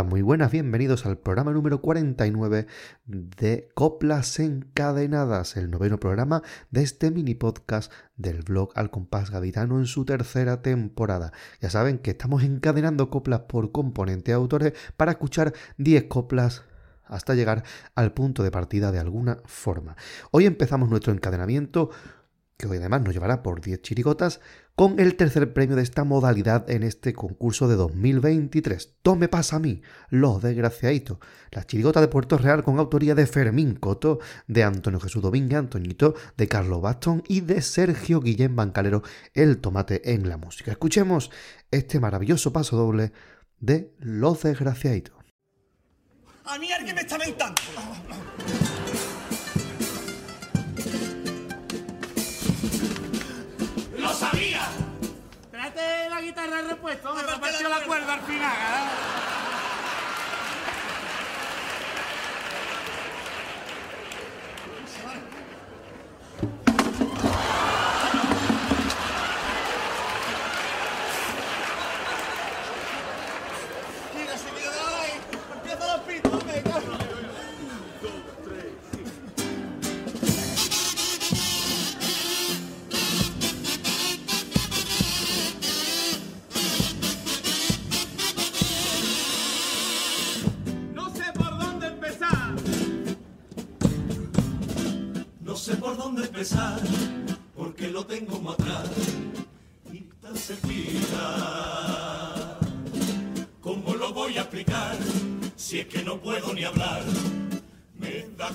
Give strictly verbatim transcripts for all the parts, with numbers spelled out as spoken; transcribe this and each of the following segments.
Hola, muy buenas, bienvenidos al programa número cuarenta y nueve de Coplas Encadenadas, el noveno programa de este mini podcast del blog Al Compás Gaditano en su tercera temporada. Ya saben que estamos encadenando coplas por componente de autores para escuchar diez coplas hasta llegar al punto de partida de alguna forma. Hoy empezamos nuestro encadenamiento, que hoy además nos llevará por diez chirigotas, con el tercer premio de esta modalidad en este concurso de dos mil veintitrés. Tome pasa a mí, Los Desgraciaditos. La chirigota de Puerto Real con autoría de Fermín Coto, de Antonio Jesús Domínguez, Antoñito, de Carlos Bastón y de Sergio Guillén Bancalero, el tomate en la música. Escuchemos este maravilloso paso doble de Los Desgraciaditos. A mí alguien me está mentando. ¡Lo sabía! Tráete la guitarra de repuesto, me partió la cuerda al final, ¿eh? Mira, si me da ahí, empieza los pitos, venga. No sé por dónde empezar, porque lo tengo muy atrás y tan cerquita. ¿Cómo lo voy a explicar? Si es que no puedo ni hablar, me da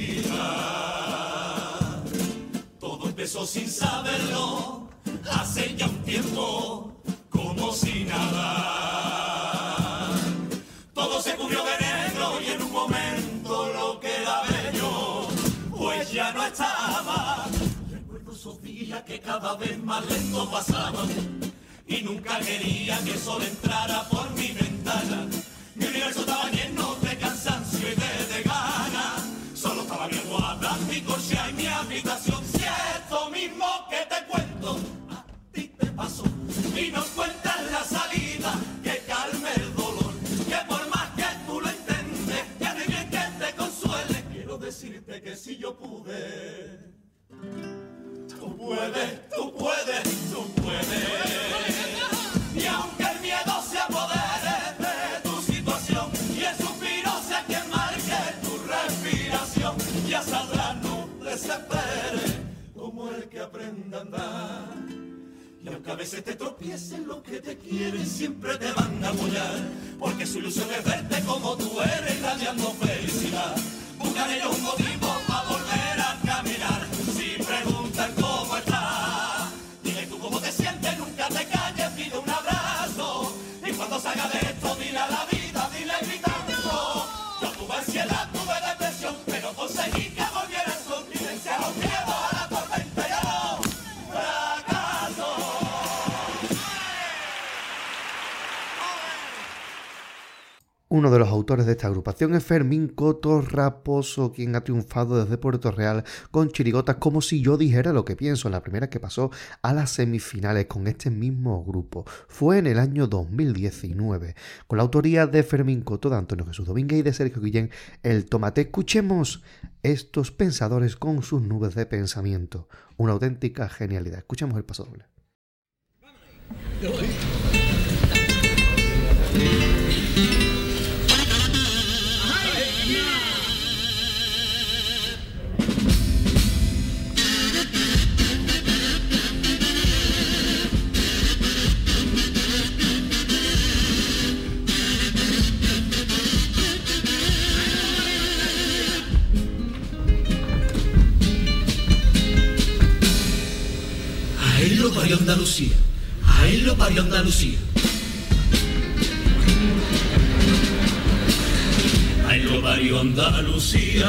cosita. Todo empezó sin saberlo, hace ya un tiempo, como si nada. Todo se cubrió de negro y en un momento lo que era bello pues ya no estaba. Recuerdo esos días que cada vez más lento pasaban y nunca quería que el sol entrara por mi ventana. Mi universo estaba lleno de cansancio y de desgana. Solo estaba mi almohada, mi corchea y mi habitación. Si esto mismo que te cuento a ti te pasó y no encuentras la salida que calme el dolor, que por más que tú lo intentes, que ni bien que te consuele, quiero decirte que si yo pude, tú puedes, tú puedes, tú puedes. Y aunque el miedo se apodere de tu situación y el suspiro sea quien marque tu respiración, ya saldrá, no desesperes, como el que aprenda a andar. Y aunque a veces te tropiecen, los que te quieren siempre te van a apoyar, porque su ilusión es verte como tú eres, irradiando felicidad. Buscan ellos un motivo para volver a caminar. Si preguntan cómo estás, dile tú cómo te sientes, nunca te calles, pide un abrazo. Y cuando salga de esto, dile a la vida, dile gritando. Yo tuve ansiedad, tuve depresión, pero conseguí que volviera a sonreír. A los miedos, a la tormenta, ya no fracaso. Uno de los autores de esta agrupación es Fermín Coto Raposo, quien ha triunfado desde Puerto Real con chirigotas como Si yo dijera lo que pienso, la primera que pasó a las semifinales con este mismo grupo. Fue en el año dos mil diecinueve, con la autoría de Fermín Coto, de Antonio Jesús Domínguez y de Sergio Guillén, el tomate. Escuchemos estos pensadores con sus nubes de pensamiento. Una auténtica genialidad. Escuchemos el paso doble. A él lo parió Andalucía, a él lo parió Andalucía. A él lo parió Andalucía,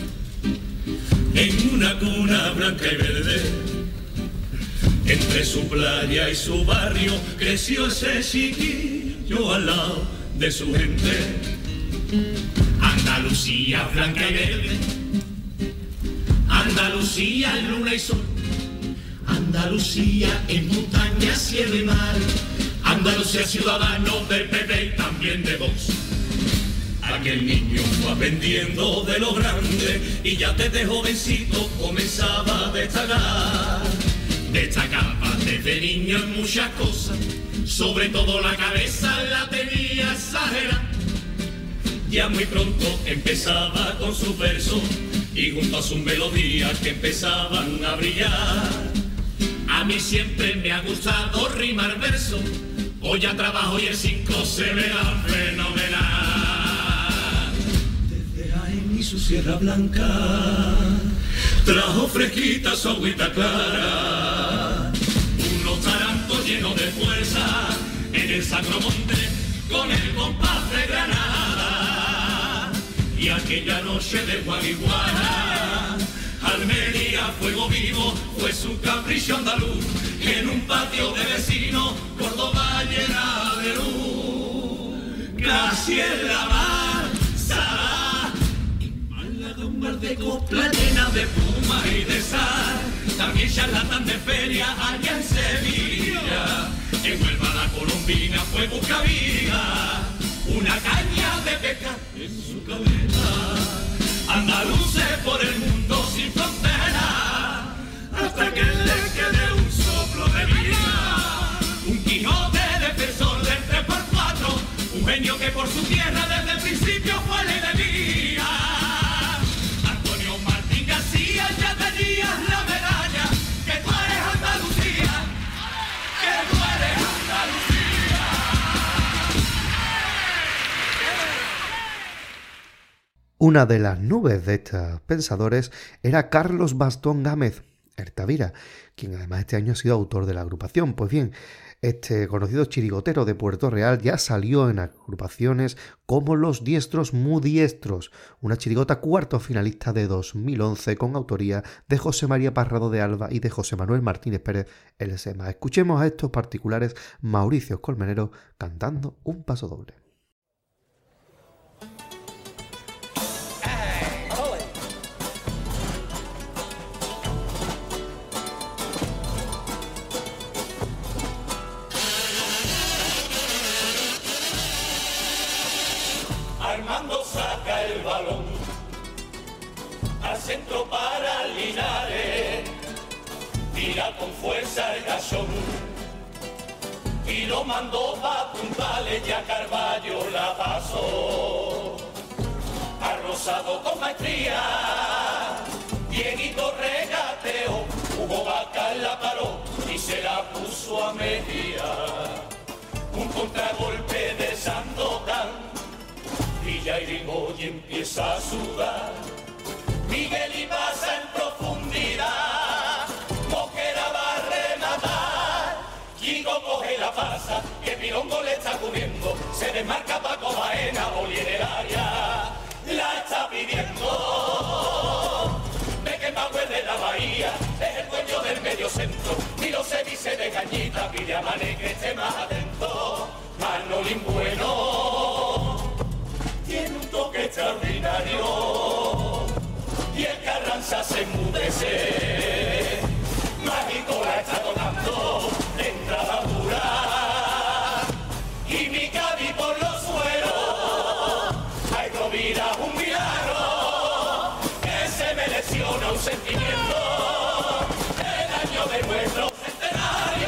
en una cuna blanca y verde. Entre su playa y su barrio creció ese chiquillo al lado de su gente. Andalucía blanca y verde, Andalucía en luna y sol, Andalucía en montaña, cielo y mar, Andalucía ciudadano del P P y también de Vox. Aquel niño fue aprendiendo de lo grande y ya desde jovencito comenzaba a destacar. Destacaba desde niño en muchas cosas, sobre todo la cabeza la tenía exagerada. Ya muy pronto empezaba con sus versos y junto a sus melodías que empezaban a brillar. A mí siempre me ha gustado rimar versos, hoy ya trabajo y el cinco se me da fenomenal. Desde Jaén y su Sierra Blanca trajo fresquita su agüita clara, unos tarantos llenos de fuerza en el Sacro Monte con el compás de Granada. Y aquella noche de Guadiguana, Almería, fuego vivo, fue su capricho andaluz. En un patio de vecinos, Córdoba llena de luz. Casi en la mar, Sara, y Málaga un mar de copla llena de espuma y de sal. También charlatán de feria allá en Sevilla. En Huelva la colombina fue Buscavida, una caña de pesca en su cabeza. Andaluces por el mundo sin frontera, hasta que le quede un soplo de vida. Un Quijote defensor del tres por cuatro, un genio que por su tierra desde el principio fue ley de vida. Antonio Martín García ya tenías la medalla, que tú eres Andalucía, que tú eres Andalucía. Una de las nubes de estos pensadores era Carlos Bastón Gámez, el Tavira, quien además este año ha sido autor de la agrupación. Pues bien, este conocido chirigotero de Puerto Real ya salió en agrupaciones como Los Diestros Muy Diestros, una chirigota cuarto finalista de dos mil once con autoría de José María Parrado de Alba y de José Manuel Martínez Pérez, el SEMA. Escuchemos a estos particulares Mauricio Colmenero cantando un paso doble. Armando saca el balón al centro para Linares, tira con fuerza el gachón y lo mandó pa' puntales, ya Carballo la pasó. Ha rozado con maestría, Dieguito regateó, Hugo Vaca la paró y se la puso a Mejía. Un contragolpe de Sandokan y ya Irigoyen empieza a sudar. Miguel y pasa en profundidad, Mosquera va a rematar. Chico coge la pasa, que Pirongo le está cubriendo. Se desmarca Paco Baena, Oli en el área la está pidiendo. Beckenbauer de la Bahía es el dueño del medio centro. Milo se dice de Cañita, pide a Mané que esté más atento. Manolín bueno tiene un toque extraordinario y el Carranza se enmudece. Mágico la está tocando de entrada pura y mi Cádiz por los suelos. Hay Rovira un milagro que se me lesiona un sentimiento. El año de nuestro centenario.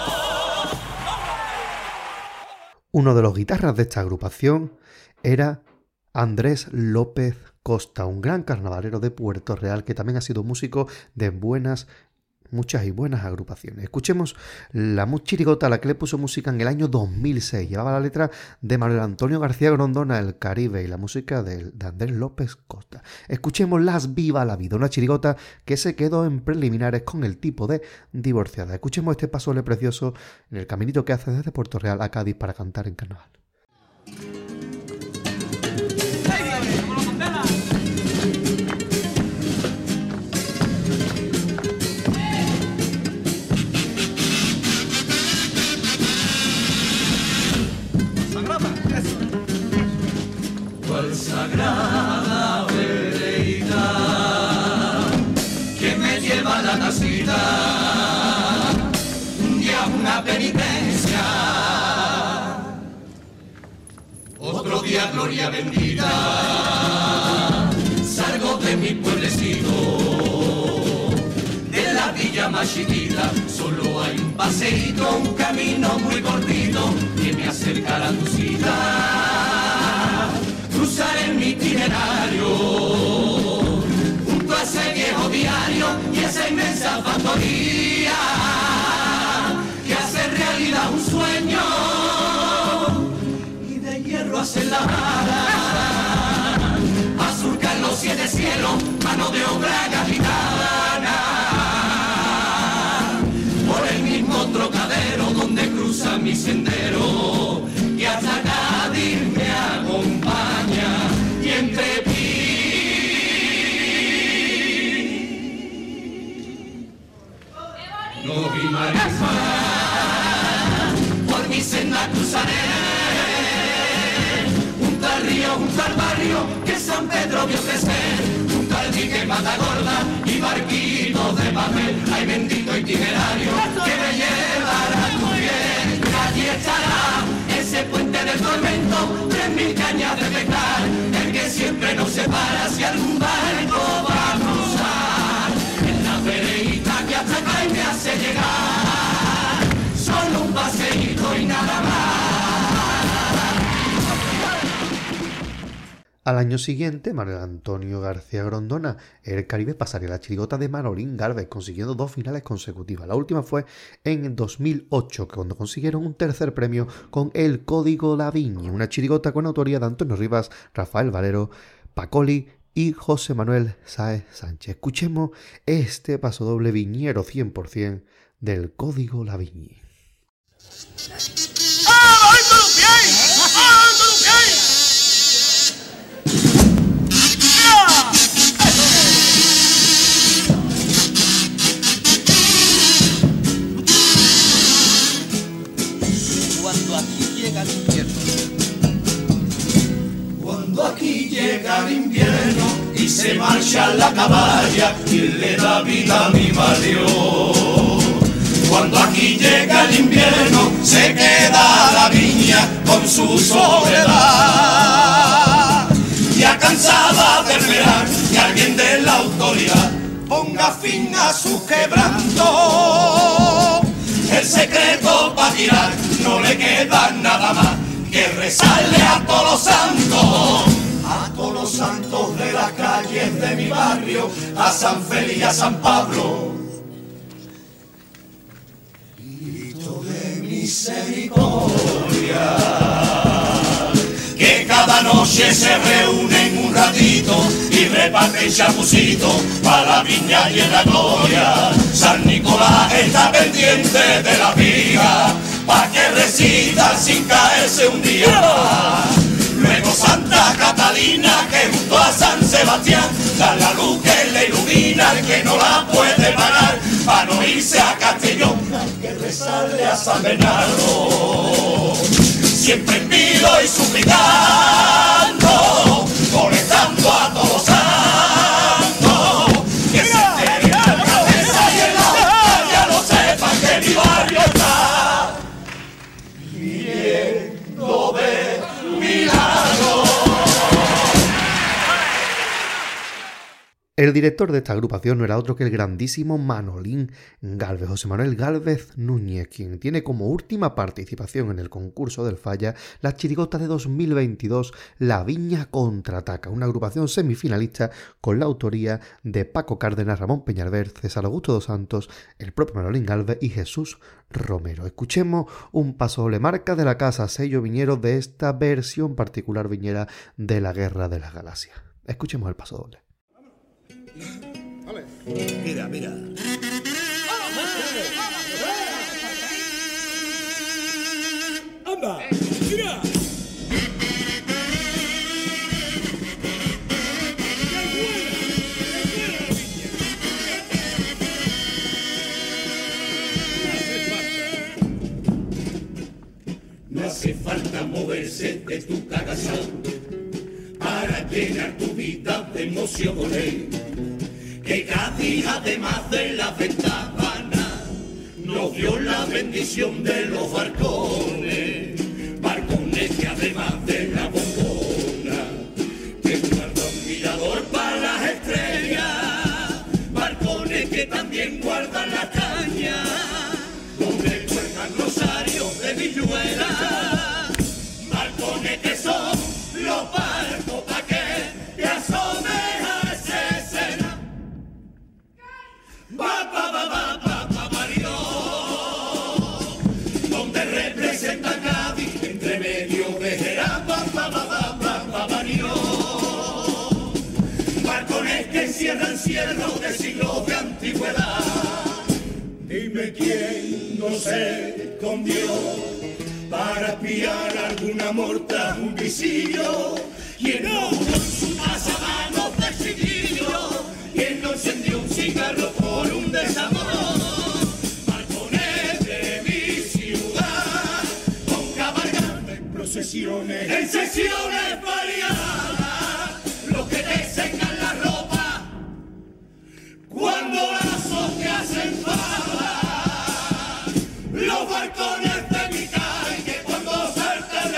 Uno de los guitarras de esta agrupación era Andrés López Costa, un gran carnavalero de Puerto Real que también ha sido músico de buenas, muchas y buenas agrupaciones. Escuchemos la chirigota a la que le puso música en el año dos mil seis. Llevaba la letra de Manuel Antonio García Grondona, El Caribe, y la música de, de Andrés López Costa. Escuchemos Las Viva la Vida, una chirigota que se quedó en preliminares con el tipo de divorciada. Escuchemos este pasoble precioso en el caminito que hace desde Puerto Real a Cádiz para cantar en carnaval. Cual sagrada vereida que me lleva a la casita y a una penitencia gloria, gloria bendita. Salgo de mi pueblecito, de la villa más chiquita. Solo hay un paseíto, un camino muy cortito que me acercará a tu cita. Cruzaré mi itinerario junto a ese viejo diario y esa inmensa factoría que hace realidad un sueño y de hierro hace la vara a surcar los siete cielos, mano de obra gaditana. Por el mismo trocadero donde cruza mi sendero y hasta Cádiz me acompaña y entre no vi marisma, por mi senda cruzaré, junto al río, junto al barrio que San Pedro vio crecer, junto al dique Matagorda y barquitos de papel, ay bendito itinerario que me llevará a tu bien. Allí estará ese puente del tormento, tres mil cañas de pescar, el que siempre nos separa si algún barco va a cruzar. En la pereíta que hasta acá y me hace llegar, solo un paseíto y nada más. Al año siguiente, Manuel Antonio García Grondona, el Caribe pasaría la chirigota de Manolín Gálvez, consiguiendo dos finales consecutivas. La última fue en dos mil ocho, cuando consiguieron un tercer premio con El Código La Viña, una chirigota con autoría de Antonio Rivas, Rafael Valero, Pacoli y José Manuel Sáez Sánchez. Escuchemos este pasodoble viñero cien por ciento del Código La Viña. Cuando aquí llega el invierno, cuando aquí llega el invierno y se marcha la caballa y le da vida a mi barrio. Cuando aquí llega el invierno se queda la viña con su soledad, ya cansada de esperar que alguien de la autoridad ponga fin a su quebranto. El secreto para tirar no le queda nada más que rezarle a todos los santos, a todos los santos de las calles de mi barrio, a San Félix y a San Pablo. Grito de misericordia, que cada noche se reúnen un ratito y reparten chapucito para la viña y en la gloria. San Nicolás está pendiente de la viga pa' que recita sin caerse un día más. Luego Santa Catalina que junto a San Sebastián da la luz que le ilumina al que no la puede pagar, pa' no irse a Castellón hay que rezarle a San Bernardo. Siempre pido y suplicando, molestando a todos los santos, que se enteren la cabeza y en la boca ya lo sepan que mi barrio está viviendo de milagros. El director de esta agrupación no era otro que el grandísimo Manolín Gálvez, José Manuel Gálvez Núñez, quien tiene como última participación en el concurso del Falla la chirigota de dos mil veintidós La Viña Contraataca, una agrupación semifinalista con la autoría de Paco Cárdenas, Ramón Peñalver, César Augusto dos Santos, el propio Manolín Gálvez y Jesús Romero. Escuchemos un pasodoble marca de la casa sello viñero de esta versión particular viñera de la Guerra de las Galaxias. Escuchemos el pasodoble. Vale. Mira, mira. ¡Anda! ¡Mira! No hace falta moverse de tu cagazón para llenar tu vida de emociones. Que Cádiz, además de la ventana, nos dio la bendición de los barcones, barcones que además de la bombona también guardan la caña, donde cuelgan rosarios de villuela, balcones que son los barcos pa' que te asomes a esa escena. Va, va, va, va, va, va, Mario, donde representa Cádiz entre medio de Gerard. Va, va, va, va, va, va, Mario, balcones que encierran cierros de siglos de antigüedad. Dime quién no se escondió para espiar alguna morta, un visillo. ¿Quién no con su pasamanos de chiquillo? ¿Quién no encendió un cigarro por un desamor? Balcones de mi ciudad, con cabalgatas en procesiones, en sesiones variadas, los que te secan la ropa cuando las hojas se enfadan, los balcones de mi calle cuando se te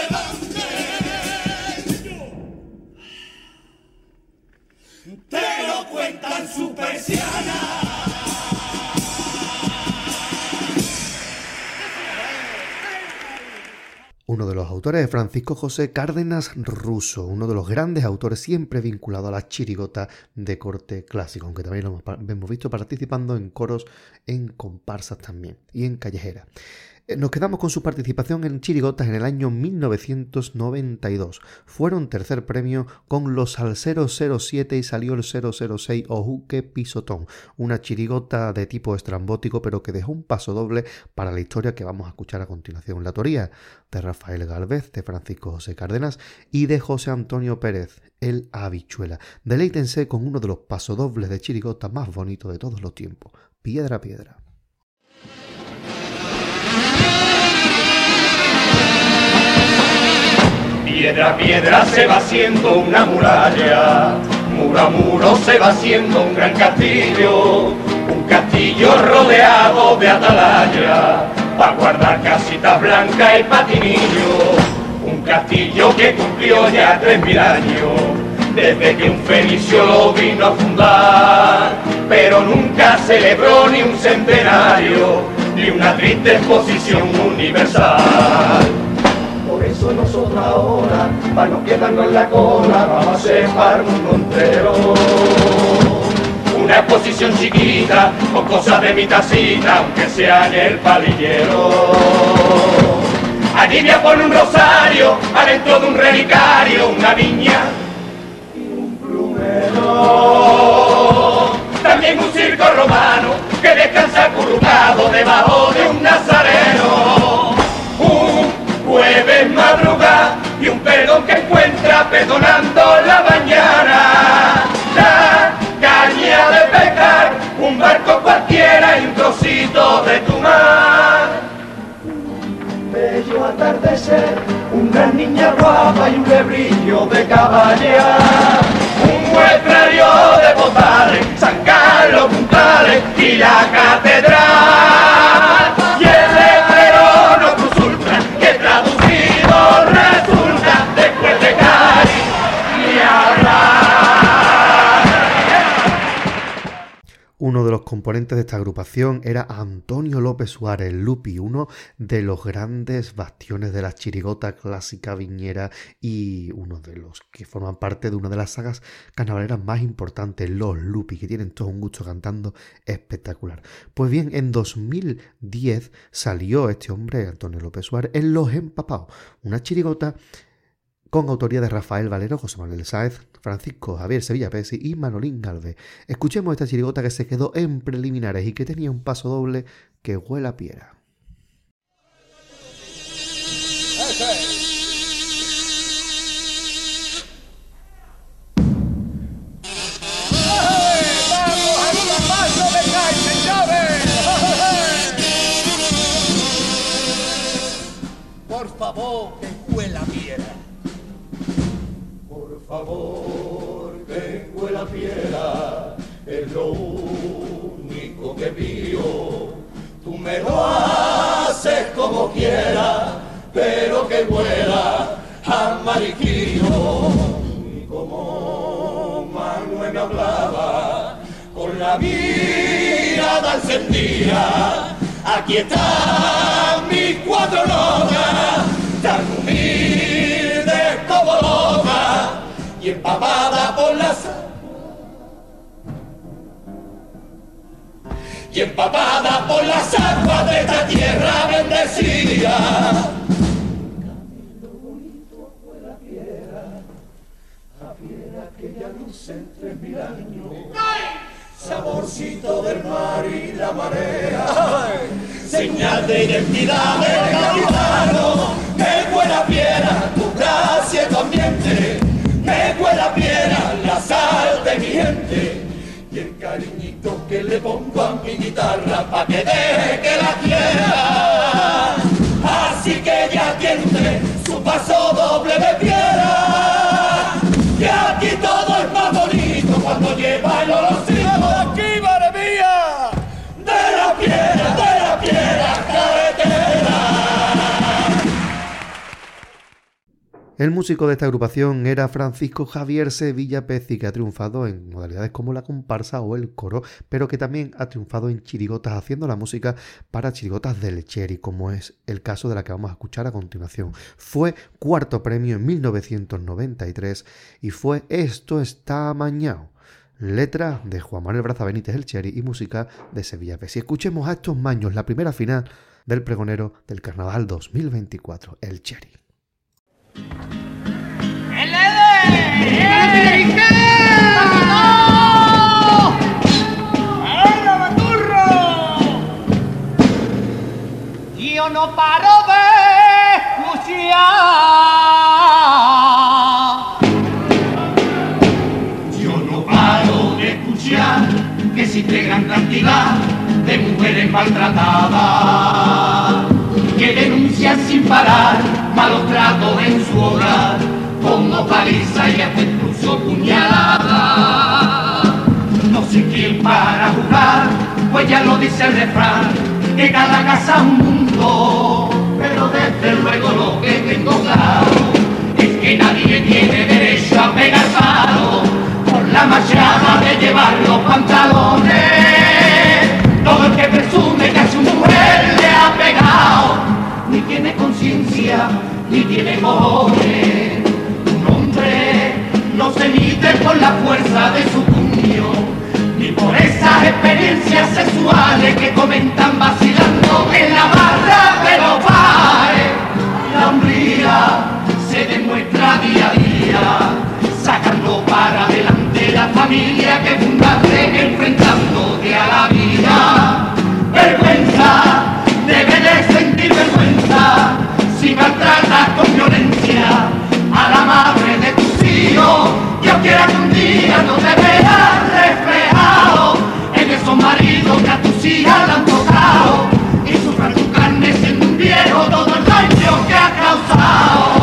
levanten, te lo cuentan su persiana. Uno de los autores es Francisco José Cárdenas Russo, uno de los grandes autores siempre vinculado a la chirigota de corte clásico, aunque también lo hemos visto participando en coros, en comparsas también y en callejeras. Nos quedamos con su participación en chirigotas en el año mil novecientos noventa y dos. Fueron tercer premio con Los Salseros cero siete y salió el cero cero seis Ojuque Pisotón, una chirigota de tipo estrambótico pero que dejó un paso doble para la historia que vamos a escuchar a continuación. La autoría de Rafael Gálvez, de Francisco José Cárdenas y de José Antonio Pérez, el Habichuela. Deleítense con uno de los pasodobles de chirigota más bonitos de todos los tiempos, Piedra Piedra. Piedra a piedra se va haciendo una muralla, muro a muro se va haciendo un gran castillo, un castillo rodeado de atalaya, para guardar casitas blancas y patinillos, un castillo que cumplió ya tres mil años, desde que un fenicio lo vino a fundar, pero nunca celebró ni un centenario, ni una triste exposición universal. Por eso nosotros ahora, para no quedarnos en la cola, vamos a hacer para el mundo entero una exposición chiquita, con cosas de mi tacita, aunque sea en el palillero. Allí voy a poner un rosario, adentro de un relicario, una viña y un plumero. También un circo romano, que descansa acurrucado debajo de un nazareno. Jueves madruga y un perdón que encuentra perdonando la mañana. La caña de pescar, un barco cualquiera y un trocito de tu mar. Un bello atardecer, una niña guapa y un lebrillo de caballa. Un muestrario de botales, San Carlos Puntales y la catedral. Y el letrero no cruzó que traducido resulta después de Cádiz y hablar. Uno de los componentes de esta agrupación era Antonio López Suárez, Lupi, uno de los grandes bastiones de la chirigota clásica viñera y uno de los que forman parte de una de las sagas carnavaleras más importantes, los Lupi, que tienen todo un gusto cantando espectacular. Pues bien, en dos mil diez salió este hombre, Antonio López Suárez, en Los Empapados, una chirigota con autoría de Rafael Valero, José Manuel Sáez, Francisco Javier Sevilla Pesi y Manolín Gálvez. Escuchemos esta chirigota que se quedó en preliminares y que tenía un paso doble que huele a piedra. Por favor, que huela piedra. Por favor, que huela piedra, es lo único que pido. Tú me lo haces como quieras, pero que huela a mariquillo. Y como Manuel me hablaba, con la mirada encendida. Aquí están mis cuatro notas, tan humildes como locas y empapadas por las y empapadas por las aguas de esta tierra bendecida. Aquella luz entre mil años, saborcito del mar y la marea, señal de identidad del gaditano. Me cuela piedra tu gracia y tu ambiente, me cuela piedra la sal de mi gente y el cariñito que le pongo a mi guitarra pa' que deje que la quiera. Así que ya tiene usted su paso doble de piedra. Y aquí todo es más bonito cuando lleva el olorcito de aquí, madre mía, de la piedra, de la piedra carretera. El músico de esta agrupación era Francisco Javier Sevilla Pezzi, que ha triunfado en modalidades como la comparsa o el coro, pero que también ha triunfado en chirigotas haciendo la música para chirigotas del Cherry, como es el caso de la que vamos a escuchar a continuación. Fue cuarto premio en mil novecientos noventa y tres y fue Esto está amañado. Letra de Juan Manuel Braza Benítez el Cherry y música de Sevilla Pezzi. Escuchemos a estos maños, la primera final del pregonero del Carnaval dos mil veinticuatro, el Cherry. ¡El Ede! ¡El baturro! Yo no paro de escuchar. Yo no paro de escuchar que existe gran cantidad de mujeres maltratadas que denuncian sin parar malos tratos en su hogar, como paliza y hasta incluso puñalada. No sé quién para jugar, pues ya lo dice el refrán, que cada casa es un mundo, pero desde luego lo que tengo claro es que nadie tiene derecho a pegar palo por la machada de llevar los pantalones. Todo el que presume que a su mujer le ha pegado ni tiene conciencia, ni tiene cojones. Un hombre no se mide por la fuerza de su puño, ni por esas experiencias sexuales que comentan vacilando en la barra de los bares. La hombría se demuestra día a día, sacando para adelante la familia que fundaste, enfrentándote a la vida. Vergüenza, debe de sentir vergüenza si maltratas con violencia a la madre de tus hijos. Yo quiero que un día no te veas reflejado en esos maridos que a tus hijas le han tocado y sufran tu carne siendo un viejo todo el daño que has causado.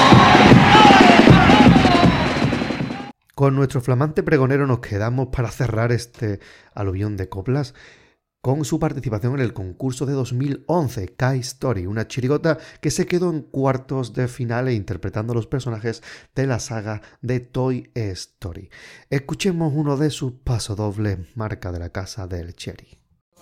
Con nuestro flamante pregonero nos quedamos para cerrar este aluvión de coplas con su participación en el concurso de dos mil once, K-Story, una chirigota que se quedó en cuartos de final e interpretando los personajes de la saga de Toy Story. Escuchemos uno de sus pasodobles, marca de la casa del Cherry.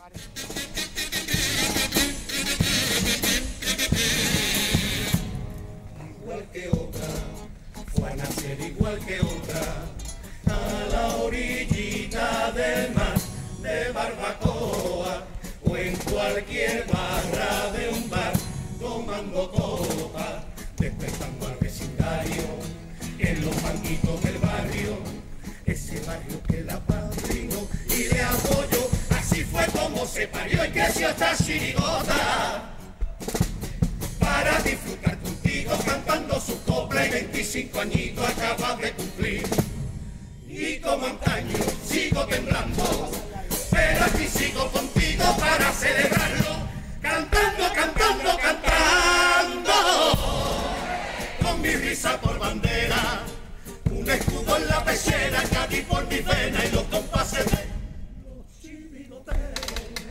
Igual que otra, fue a nacer igual que otra, a la orillita del mar de barbacoa o en cualquier barra de un bar tomando copa, despertando al vecindario en los banquitos del barrio, ese barrio que la padrino y le apoyo. Así fue como se parió y creció esta chirigota para disfrutar contigo cantando su copla y veinticinco añitos acabas de cumplir. Y como antaño sigo temblando, pero aquí sigo contigo para celebrarlo, cantando, cantando, cantando, con mi risa por bandera, un escudo en la pechera, Cádiz por mi vena y los compases de los chirigoteros,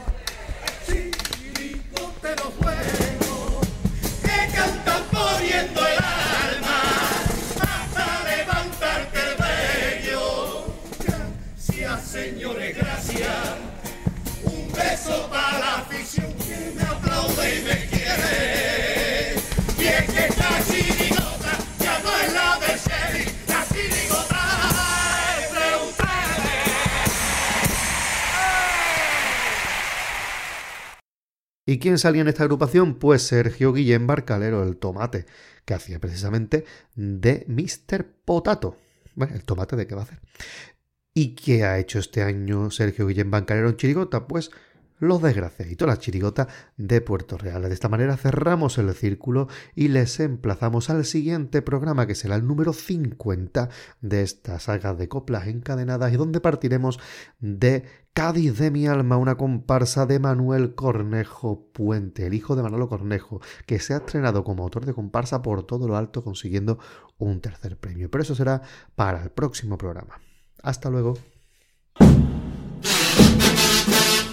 chirigoteros buenos, que cantan poniendo el alma hasta levantarte el vello. Gracias, señores, gracias. Un beso beso para la afición que me aplaude y me quiere. Y es que esta chirigota ya no es la del Chevy, la chirigota es de ustedes. ¿Y quién salía en esta agrupación? Pues Sergio Guillén Barcalero, el tomate, que hacía precisamente de míster Potato. Bueno, ¿el tomate de qué va a hacer? ¿Y qué ha hecho este año Sergio Guillén Barcalero en chirigota? Pues Los Desgraciaditos, la chirigota de Puerto Real. De esta manera cerramos el círculo y les emplazamos al siguiente programa, que será el número cincuenta de esta saga de coplas encadenadas, y donde partiremos de Cádiz de mi alma, una comparsa de Manuel Cornejo Puente, el hijo de Manolo Cornejo, que se ha estrenado como autor de comparsa por todo lo alto, consiguiendo un tercer premio. Pero eso será para el próximo programa. Hasta luego.